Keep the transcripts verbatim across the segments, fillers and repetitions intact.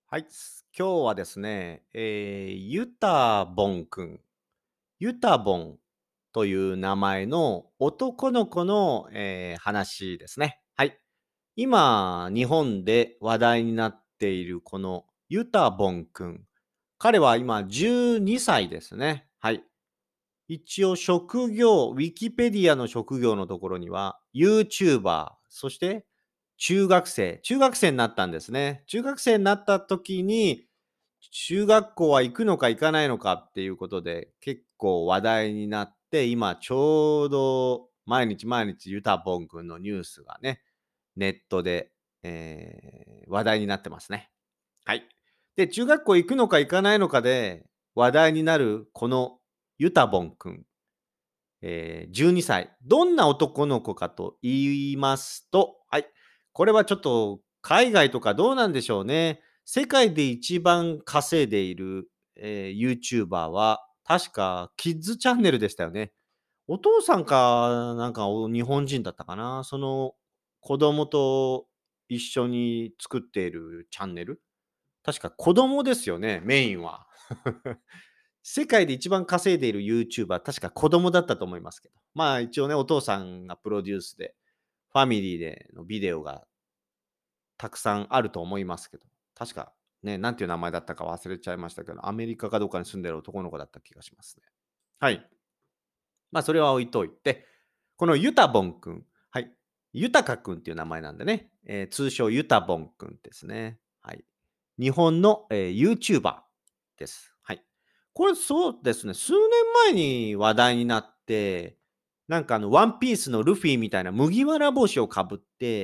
はい、す今日はですね、えー、ユタボンくん、ユタボンという名前の男の子の、えー話ですね。はい。今、日本で話題になっているこのユタボンくん。彼は今じゅうにさいですね。はい。一応職業、ウィキペディアの職業のところには、ユーチューバー、そして中学生、中学生になったんですね。中学生になった時に、中学校は行くのか行かないのかっていうことで、結構話題になって、今ちょうど毎日毎日ユタボン君のニュースがね、ネットで、えー話題になってますね。はい。で、中学校行くのか行かないのかで話題になるこのユタボン君。えー、じゅうにさい。どんな男の子かと言いますと、はい。これはちょっと海外とかどうなんでしょうね。世界で一番稼いでいる、えー、ユーチューバー は、確かキッズチャンネルでしたよね。お父さんか、なんかお日本人だったかな。その子供と一緒に作っているチャンネル。確か子供ですよね、メインは。世界で一番稼いでいるユーチューバー、確か子供だったと思いますけど。まあ一応ね、お父さんがプロデュースで、ファミリーでのビデオがたくさんあると思いますけど。確かね、なんていう名前だったか忘れちゃいましたけど、アメリカかどっかに住んでる男の子だった気がしますね。はい。まあそれは置いといて、このユタボンくん、はい。ユタカくんっていう名前なんでね、えー通称ユタボンくんですね。はい。日本の、えー、ユーチューバーです。はい。これそうですね、数年前に話題になって、なんかあの、ワンピースのルフィみたいな麦わら帽子をかぶって、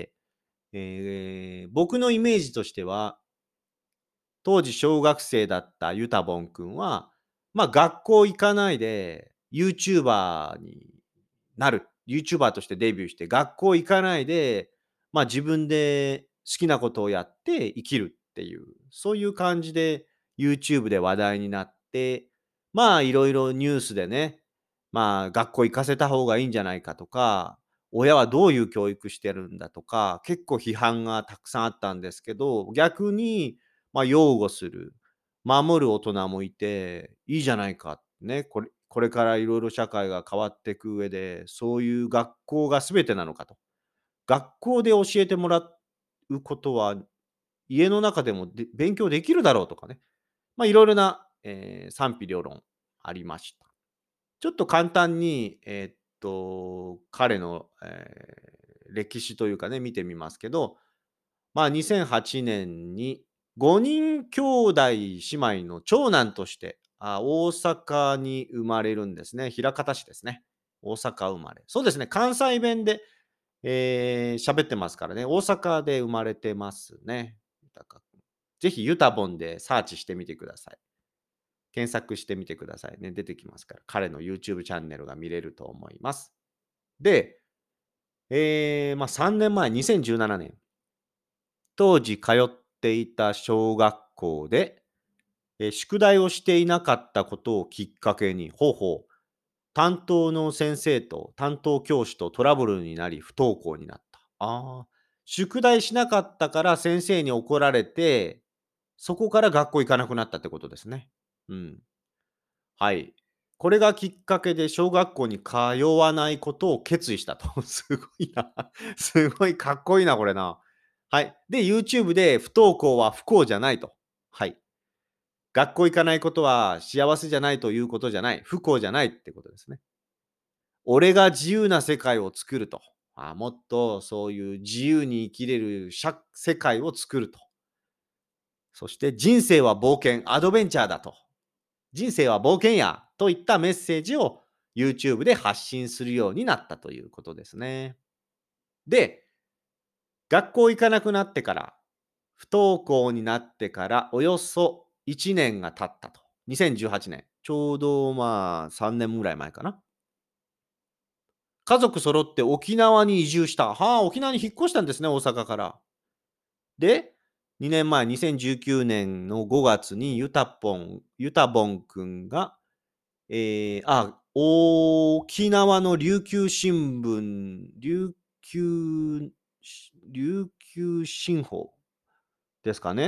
えー僕のイメージとしては、当時小学生だったユタボン君は、まあ学校行かないで、ユーチューバーになる。ユーチューバーとしてデビューして、学校行かないで、まあ自分で好きなことをやって生きるっていう、そういう感じで YouTube で話題になって、まあいろいろニュースでね、まあ学校行かせた方がいいんじゃないかとか、親はどういう教育してるんだとか、結構批判がたくさんあったんですけど、逆にまあ、擁護する、守る大人もいて、いいじゃないか、ね、これこれからいろいろ社会が変わっていく上で、そういう学校が全てなのかと。学校で教えてもらうことは、家の中でもで勉強できるだろうとかね。まあ、いろいろな、えー賛否両論ありました。ちょっと簡単に、えーっと、彼の、えー歴史というかね、見てみますけど、まあ、にせんはちねんにごにん兄弟姉妹の長男として、あ、大阪に生まれるんですね。枚方市ですね。大阪生まれ。そうですね、関西弁で、えー喋ってますからね。大阪で生まれてますね。豊君。ぜひユタボンでサーチしてみてください。検索してみてくださいね。出てきますから。彼の YouTube チャンネルが見れると思います。で、えーまあ、さんねんまえ、にせんじゅうななねん。当時通っていた小学校で、え、宿題をしていなかったことをきっかけに、ほうほう、担当の先生と担当教師とトラブルになり不登校になった。ああ、宿題しなかったから先生に怒られて、そこから学校行かなくなったってことですね。うん。はい。これがきっかけで小学校に通わないことを決意したと。すごいな。すごいかっこいいな、これな。はい。で、YouTube で不登校は不幸じゃないと。はい。学校行かないことは幸せじゃないということじゃない。不幸じゃないってことですね。俺が自由な世界を作ると。あ、もっとそういう自由に生きれる社世界を作ると。そして人生は冒険、アドベンチャーだと。人生は冒険やといったメッセージを YouTube で発信するようになったということですね。で、学校行かなくなってから、不登校になってからおよそいちねんが経ったと。にせんじゅうはちねん。ちょうどまあさんねんぐらい前かな。家族揃って沖縄に移住した。はあ、沖縄に引っ越したんですね、大阪から。で、にねんまえ、にせんじゅうきゅうねんのごがつにユタポン、ユタボンくんがえー、あ、沖縄の琉球新聞、琉球し琉球新報ですかね。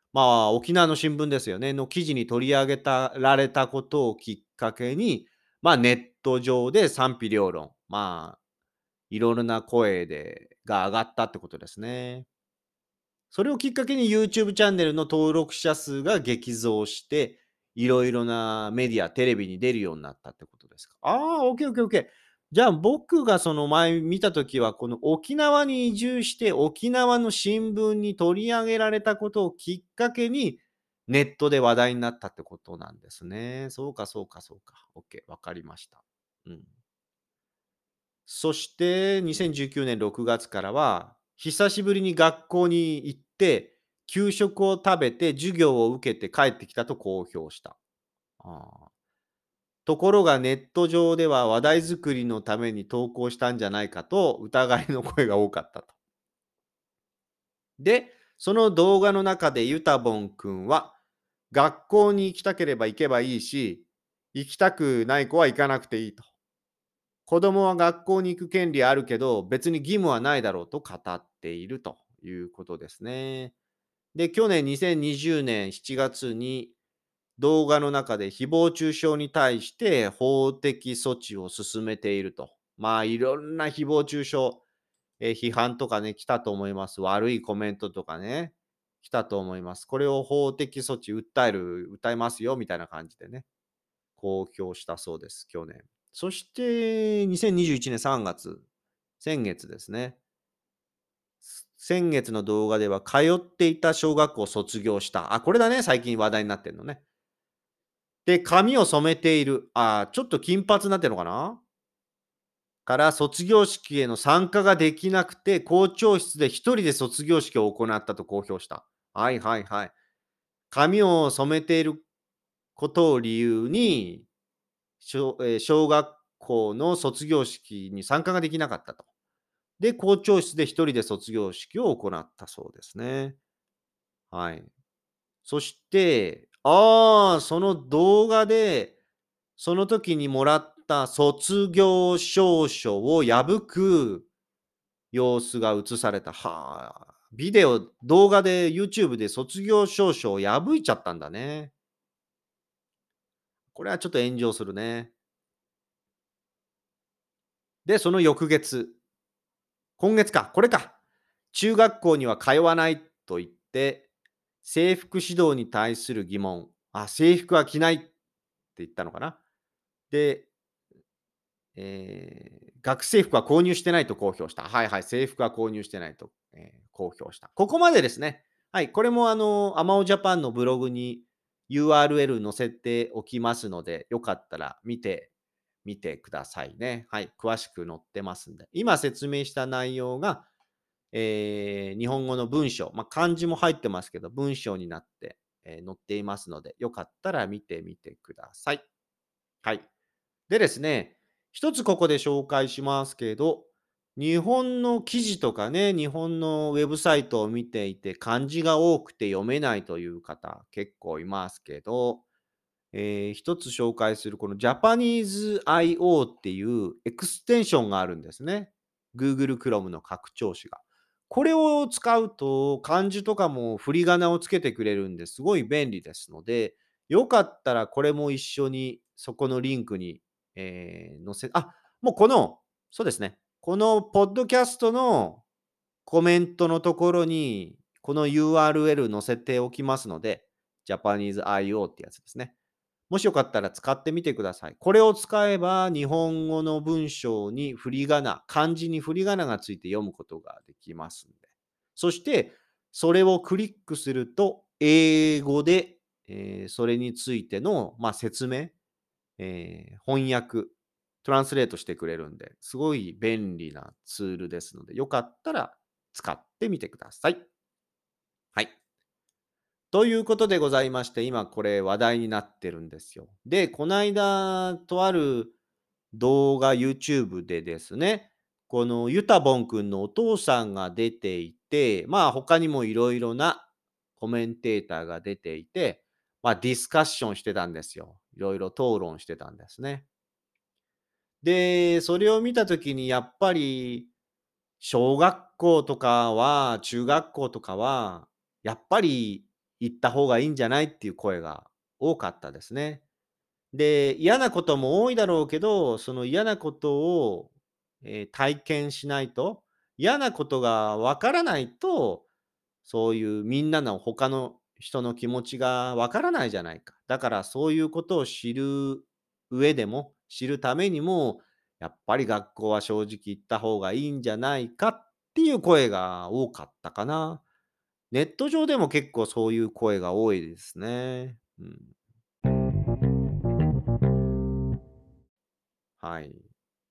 まあ、沖縄の新聞ですよね、の記事に取り上げたられたことをきっかけに、まあ、ネット上で賛否両論、まあ、いろいろな声でが上がったってことですね。それをきっかけに YouTube チャンネルの登録者数が激増して、いろいろなメディア、テレビに出るようになったってことですか。ああ、オッケーオッケーオッケー。じゃあ僕がその前見たときは、この沖縄に移住して、沖縄の新聞に取り上げられたことをきっかけに、ネットで話題になったってことなんですね。そうかそうかそうか。オッケー、わかりました。うん。そして、にせんじゅうきゅうねんろくがつからは、久しぶりに学校に行って、給食を食べて授業を受けて帰ってきたと公表した。ああ。ところがネット上では話題作りのために投稿したんじゃないかと疑いの声が多かったと。で、その動画の中でユタボン君は、学校に行きたければ行けばいいし、行きたくない子は行かなくていいと。子供は学校に行く権利あるけど、別に義務はないだろうと語っているということですね。で、去年にせんにじゅうねんしちがつに動画の中で誹謗中傷に対して法的措置を進めていると。まあ、いろんな誹謗中傷、えー批判とかね、来たと思います。悪いコメントとかね、来たと思います。これを法的措置、訴える、訴えますよ、みたいな感じでね。公表したそうです、去年。そして、にせんにじゅういちねんさんがつ、先月ですね。先月の動画では、通っていた小学校を卒業した。あ、これだね、最近話題になってるのね。で、髪を染めている。あ、ちょっと金髪になってるのかなから、卒業式への参加ができなくて、校長室で一人で卒業式を行ったと公表した。はいはいはい。髪を染めていることを理由に、小えー小学校の卒業式に参加ができなかったと。で、校長室で一人で卒業式を行ったそうですね。はい。そして、ああ、その動画で、その時にもらった卒業証書を破く様子が映された。はあ。ビデオ、動画で YouTube で卒業証書を破いちゃったんだね。これはちょっと炎上するね。で、その翌月、今月か、これか。中学校には通わないと言って、制服指導に対する疑問。あ、制服は着ないって言ったのかな。で、えー学生服は購入してないと公表した。はいはい、制服は購入してないと、えー公表した。ここまでですね。はい、これもあの、アマオジャパンのブログに ユーアールエル 載せておきますので、よかったら見てみてくださいね。はい、詳しく載ってますんで。今説明した内容が、えー日本語の文章、まあ、漢字も入ってますけど、文章になって、えー載っていますので、よかったら見てみてください。はい。でですね、一つここで紹介しますけど、日本の記事とかね、日本のウェブサイトを見ていて漢字が多くて読めないという方結構いますけど、えー一つ紹介するこの Japanese アイオー っていうエクステンションがあるんですね。Google Chrome の拡張子が。これを使うと漢字とかも振り仮名をつけてくれるんですごい便利ですので、よかったらこれも一緒にそこのリンクに、えー載せ、あ、もうこの、そうですね。このポッドキャストのコメントのところに、この ユーアールエル 載せておきますので、Japanese アイオー ってやつですね。もしよかったら使ってみてください。これを使えば、日本語の文章に振り仮名、漢字に振り仮名がついて読むことができますんで。そして、それをクリックすると、英語で、えーそれについての、まあ、説明、えー翻訳、トランスレートしてくれるんで、すごい便利なツールですので、よかったら使ってみてください。はい。ということでございまして、今これ話題になってるんですよ。で、こないだとある動画 YouTube でですね、このユタボン君のお父さんが出ていて、まあ他にもいろいろなコメンテーターが出ていて、まあディスカッションしてたんですよ。いろいろ討論してたんですね。で、それを見たときにやっぱり小学校とかは、中学校とかは、やっぱり行った方がいいんじゃないっていう声が多かったですね。で、嫌なことも多いだろうけど、その嫌なことを、えー体験しないと、嫌なことがわからないと、そういうみんなの他の人の気持ちがわからないじゃないか。だからそういうことを知る上でも、知るためにも、やっぱり学校は正直行った方がいいんじゃないかっていう声が多かったかな。ネット上でも結構そういう声が多いですね。うん。はい。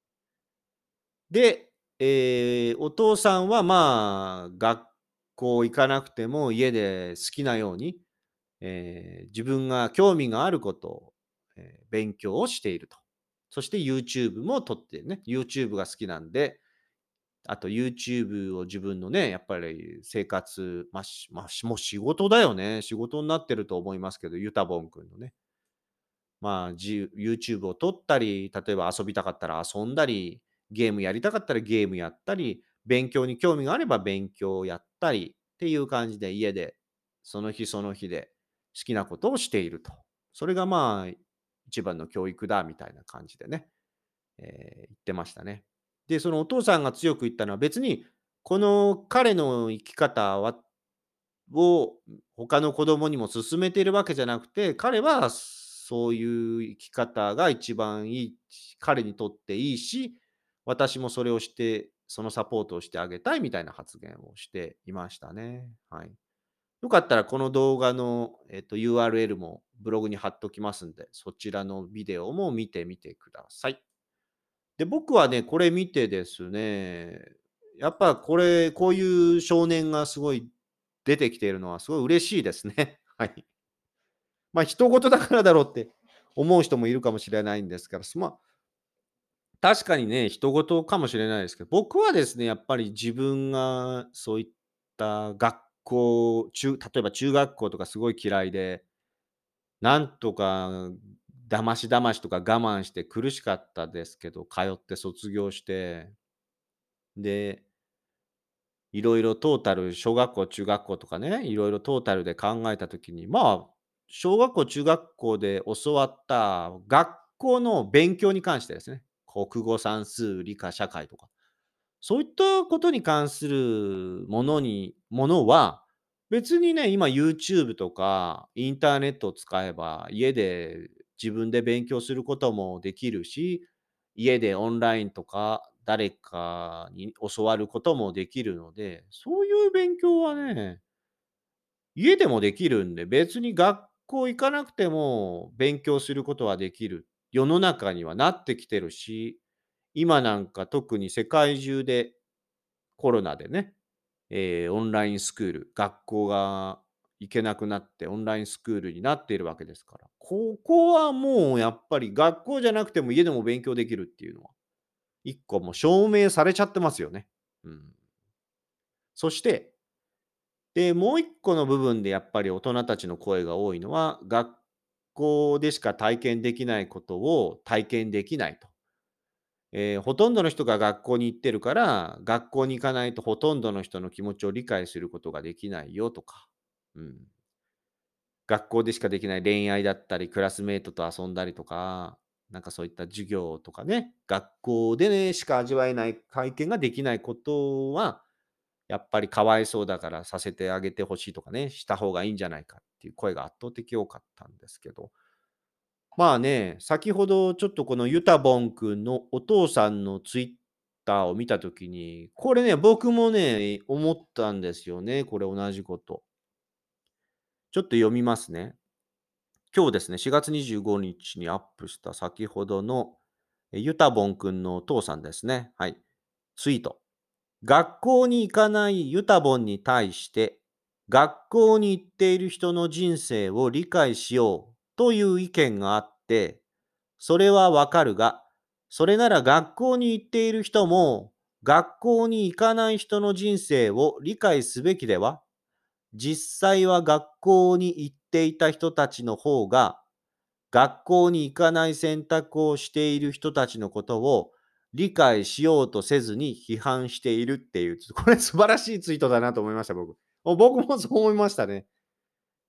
で、えーお父さんはまあ、学校行かなくても家で好きなように、えー自分が興味があることを、えー勉強をしていると。そして YouTube も撮ってね、YouTube が好きなんで、あと YouTube を自分のね、やっぱり生活、まあ、しまあ、しもう仕事だよね。仕事になってると思いますけど、ユタボン君のね。まあ、じ YouTube を撮ったり、例えば遊びたかったら遊んだり、ゲームやりたかったらゲームやったり、勉強に興味があれば勉強をやったりっていう感じで家で、その日その日で好きなことをしていると。それがまあ、一番の教育だみたいな感じでね、えー言ってましたね。で、そのお父さんが強く言ったのは別に、この彼の生き方はを他の子供にも勧めているわけじゃなくて、彼はそういう生き方が一番いい彼にとっていいし、私もそれをして、そのサポートをしてあげたいみたいな発言をしていましたね。はい。よかったらこの動画の、えっと、ユーアールエル もブログに貼っときますんで、そちらのビデオも見てみてください。で、僕はね、これ見てですね、やっぱこれ、こういう少年がすごい出てきているのはすごい嬉しいですね。はい。まあ、人事だからだろうって思う人もいるかもしれないんですから、すまあ、確かにね、人事かもしれないですけど、僕はですね、やっぱり自分がそういった学校、中例えば中学校とかすごい嫌いで、なんとかだましだましとか我慢して苦しかったですけど、通って卒業して、でいろいろトータル、小学校、中学校とかね、いろいろトータルで考えたときに、まあ、小学校、中学校で教わった学校の勉強に関してですね、国語、算数、理科、社会とか、そういったことに関するものにものは、別にね、今 YouTube とかインターネットを使えば、家で自分で勉強することもできるし、家でオンラインとか誰かに教わることもできるので、そういう勉強はね、家でもできるんで、別に学校行かなくても勉強することはできる世の中にはなってきてるし、今なんか特に世界中でコロナでね、えーオンラインスクール、学校が行けなくなってオンラインスクールになっているわけですから、ここはもうやっぱり学校じゃなくても家でも勉強できるっていうのは、一個もう証明されちゃってますよね。うん。そして、で、もう一個の部分でやっぱり大人たちの声が多いのは、学校でしか体験できないことを体験できないと。えーほとんどの人が学校に行ってるから、学校に行かないとほとんどの人の気持ちを理解することができないよとか、うん、学校でしかできない恋愛だったり、クラスメートと遊んだりとか、なんかそういった授業とかね、学校で、ね、しか味わえない体験ができないことは、やっぱりかわいそうだからさせてあげてほしいとかね、した方がいいんじゃないかっていう声が圧倒的多かったんですけど、まあね、先ほどちょっとこのユタボン君のお父さんのツイッターを見たときに、これね、僕もね、思ったんですよね。これ同じこと。ちょっと読みますね。今日ですね、しがつにじゅうごにちにアップした先ほどのえユタボン君のお父さんですね。はい。ツイート。学校に行かないユタボンに対して、学校に行っている人の人生を理解しようという意見があって、それはわかるが、それなら学校に行っている人も、学校に行かない人の人生を理解すべきでは。実際は学校に行っていた人たちの方が、学校に行かない選択をしている人たちのことを理解しようとせずに批判しているっていう、これ素晴らしいツイートだなと思いました、僕。僕もそう思いましたね。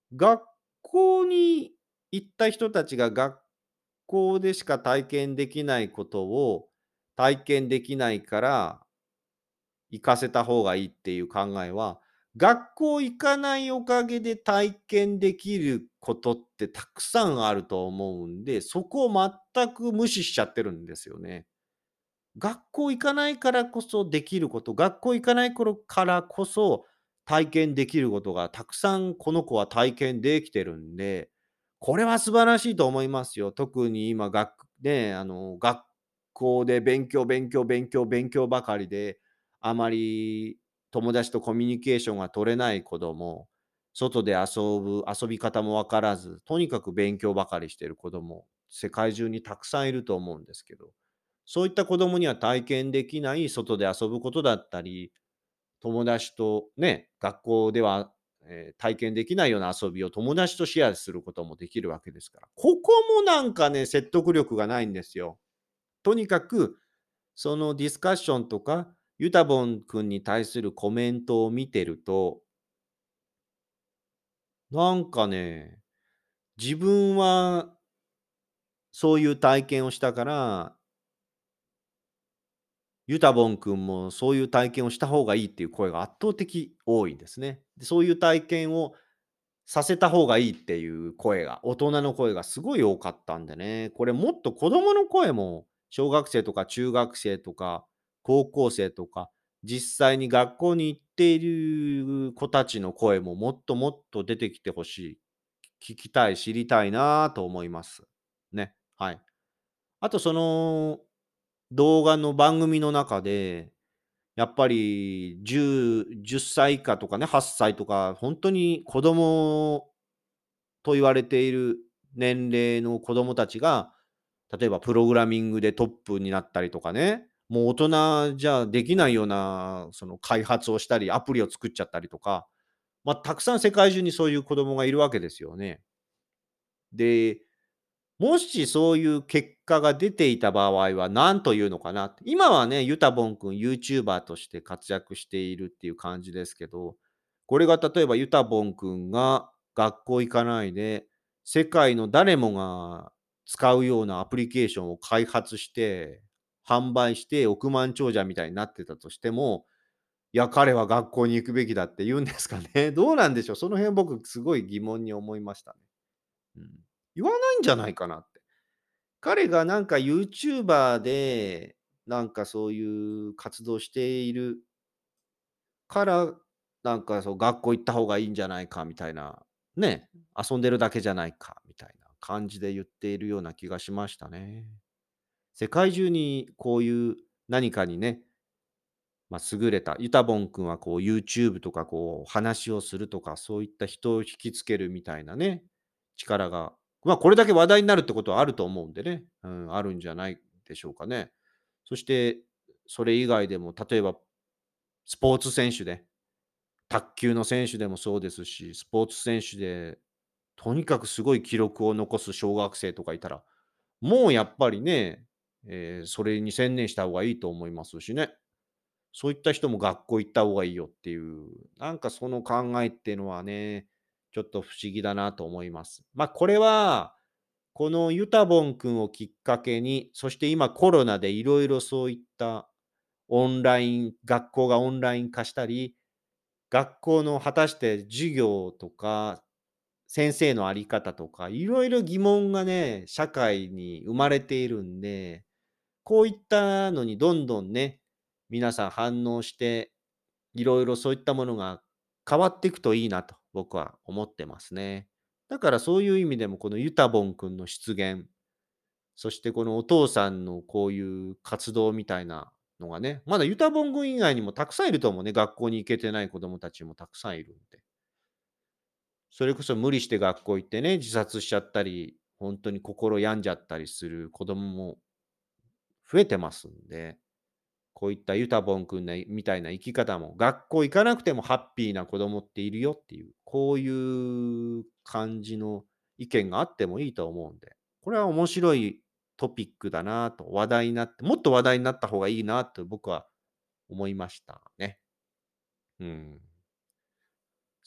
学校に行った人たちが学校でしか体験できないことを体験できないから行かせた方がいいっていう考えは、学校行かないおかげで体験できることってたくさんあると思うんで、そこを全く無視しちゃってるんですよね。学校行かないからこそできること、学校行かない頃からこそ体験できることがたくさんこの子は体験できてるんで、これは素晴らしいと思いますよ。特に今学ね、あの、学校で勉強、勉強、勉強、勉強ばかりで、あまり友達とコミュニケーションが取れない子供、外で遊ぶ遊び方もわからず、とにかく勉強ばかりしている子供、世界中にたくさんいると思うんですけど、そういった子供には体験できない外で遊ぶことだったり、友達とね、学校では、えー体験できないような遊びを友達とシェアすることもできるわけですから。ここもなんかね、説得力がないんですよ。とにかく、そのディスカッションとか、ユタボン君に対するコメントを見てると、なんかね、自分はそういう体験をしたから、ユタボン君もそういう体験をした方がいいっていう声が圧倒的多いんですね。で、そういう体験をさせた方がいいっていう声が、大人の声がすごい多かったんでね、これもっと子供の声も、小学生とか中学生とか高校生とか、実際に学校に行っている子たちの声ももっともっと出てきてほしい、聞きたい、知りたいなと思います。ね、はい。あとその動画の番組の中でやっぱりじゅう、じゅっさい以下とかね、はっさいとか、本当に子供と言われている年齢の子供たちが、例えばプログラミングでトップになったりとかね、もう大人じゃできないようなその開発をしたり、アプリを作っちゃったりとか、まあ、たくさん世界中にそういう子供がいるわけですよね。で、もしそういう結果が出ていた場合は何というのかなって。今はね、ユタボン君、ユーチューバーとして活躍しているっていう感じですけど、これが例えばユタボン君が学校行かないで、世界の誰もが使うようなアプリケーションを開発して、販売して億万長者みたいになってたとしても、いや、彼は学校に行くべきだって言うんですかね。どうなんでしょう。その辺僕すごい疑問に思いましたね。うん。言わないんじゃないかなって。彼がなんかユーチューバーで、なんかそういう活動しているから、なんかそう学校行った方がいいんじゃないかみたいな、ね、遊んでるだけじゃないかみたいな感じで言っているような気がしましたね。世界中にこういう何かにね、まあ、優れた、ユタボン君はこう YouTube とかこう話をするとか、そういった人を引きつけるみたいなね、力が、まあ、これだけ話題になるってことはあると思うんでね、うん、あるんじゃないでしょうかね。そして、それ以外でも、例えばスポーツ選手で、卓球の選手でもそうですし、スポーツ選手で、とにかくすごい記録を残す小学生とかいたら、もうやっぱりね、えーそれに専念した方がいいと思いますしね。そういった人も学校行った方がいいよっていう、なんかその考えっていうのはね、ちょっと不思議だなと思います。まあ、これは、このユタボン君をきっかけに、そして今コロナでいろいろそういったオンライン学校がオンライン化したり、学校の果たして授業とか、先生のあり方とか、いろいろ疑問がね、社会に生まれているんで、こういったのにどんどんね、皆さん反応して、いろいろそういったものが変わっていくといいなと僕は思ってますね。だからそういう意味でもこのユタボン君の出現、そしてこのお父さんのこういう活動みたいなのがね、まだユタボン君以外にもたくさんいると思うね。学校に行けてない子供たちもたくさんいるんで。それこそ無理して学校行ってね、自殺しちゃったり、本当に心病んじゃったりする子供も増えてますんで、こういったユタボン君ねみたいな生き方も、学校行かなくてもハッピーな子供っているよっていう、こういう感じの意見があってもいいと思うんで、これは面白いトピックだなと、話題になって、もっと話題になった方がいいなと僕は思いましたね。うん。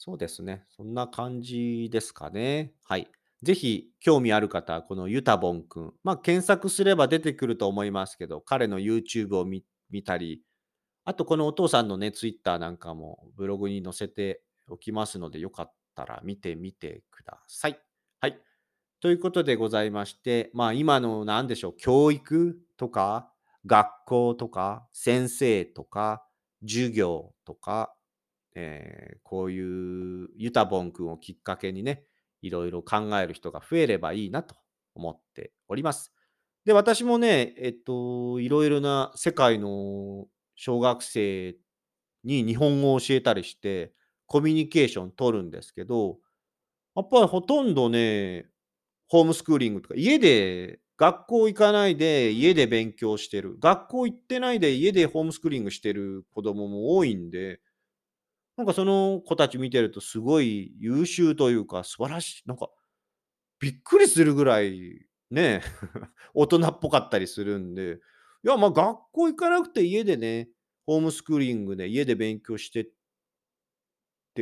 そうですね。そんな感じですかね。はい。ぜひ興味ある方はこのユタボンくん、まあ、検索すれば出てくると思いますけど、彼の YouTube を見見たり、あとこのお父さんのね、Twitter なんかもブログに載せておきますので、よかったら見てみてください。はい。ということでございまして、まあ、今のなんでしょう、教育とか、学校とか、先生とか、授業とか、えーこういうユタボン君をきっかけにね、いろいろ考える人が増えればいいなと思っております。で、私もね、えっと、いろいろな世界の小学生に日本語を教えたりして、コミュニケーション取るんですけど、やっぱりほとんどね、ホームスクーリングとか、家で学校行かないで家で勉強してる。学校行ってないで家でホームスクーリングしてる子供も多いんで、なんかその子たち見てるとすごい優秀というか、素晴らしい、なんかびっくりするぐらいね、大人っぽかったりするんで、いや、ま、学校行かなくて家でね、ホームスクーリングで家で勉強してって、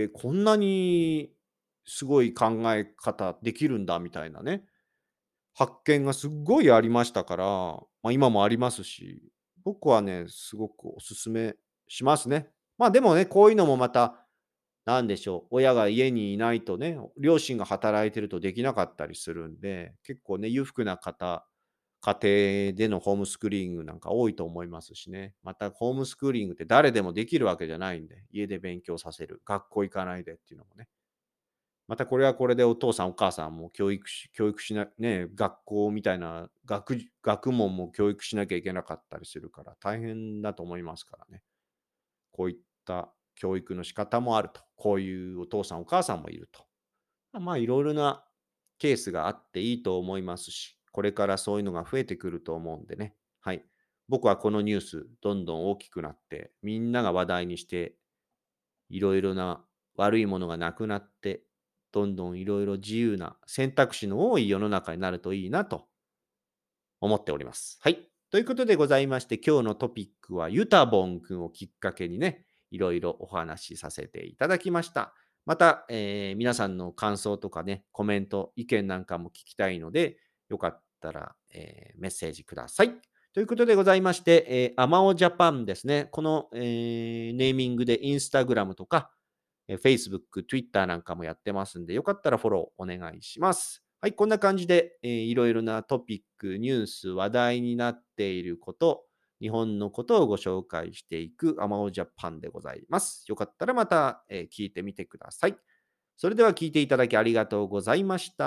こんなにすごい考え方できるんだみたいなね、発見がすっごいありましたから、まあ、今もありますし、僕はね、すごくお勧めしますね。まあ、でもね、こういうのもまた、なんでしょう、親が家にいないとね、両親が働いてるとできなかったりするんで、結構ね、裕福な方、家庭でのホームスクーリングなんか多いと思いますしね。またホームスクーリングって誰でもできるわけじゃないんで、家で勉強させる、学校行かないでっていうのもね。またこれはこれでお父さんお母さんも教育し教育しなね、学校みたいな学学問も教育しなきゃいけなかったりするから、大変だと思いますからね。こういった教育の仕方もあると。こういうお父さんお母さんもいると。まあ、いろいろなケースがあっていいと思いますし、これからそういうのが増えてくると思うんでね。はい。僕はこのニュース、どんどん大きくなって、みんなが話題にしていろいろな悪いものがなくなって、どんどんいろいろ自由な選択肢の多い世の中になるといいなと思っております。はい。ということでございまして、今日のトピックはユタボン君をきっかけにね、いろいろお話しさせていただきました。また、えー皆さんの感想とかね、コメント、意見なんかも聞きたいので、よかったら、えーメッセージください。ということでございまして、えー、アマオジャパンですね。この、えーネーミングでインスタグラムとか、えー Facebook、Twitter なんかもやってますんで、よかったらフォローお願いします。はい、こんな感じで、えーいろいろなトピック、ニュース、話題になっていること、日本のことをご紹介していくアマオジャパンでございます。よかったらまた、えー聞いてみてください。それでは聞いていただきありがとうございました。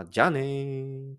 じゃあねー。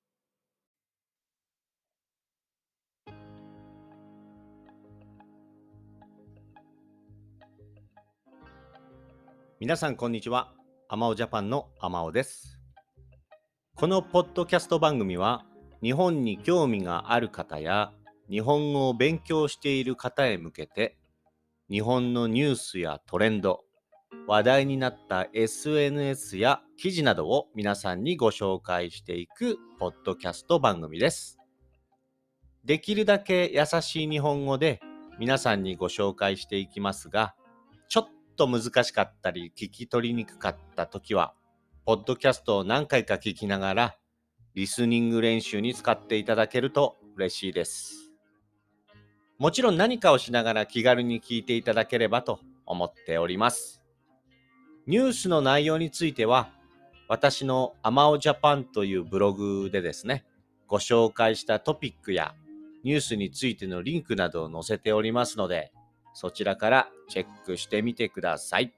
皆さんこんにちは。アマオジャパンのアマオです。このポッドキャスト番組は日本に興味がある方や日本語を勉強している方へ向けて日本のニュースやトレンド、話題になった エスエヌエス や記事などを皆さんにご紹介していくポッドキャスト番組です。できるだけ優しい日本語で皆さんにご紹介していきますが、ちょっと難しかったり聞き取りにくかったときは、ポッドキャストを何回か聞きながら、リスニング練習に使っていただけると嬉しいです。もちろん何かをしながら気軽に聞いていただければと思っております。ニュースの内容については、私のアマオジャパンというブログでですね、ご紹介したトピックやニュースについてのリンクなどを載せておりますので、そちらからチェックしてみてください。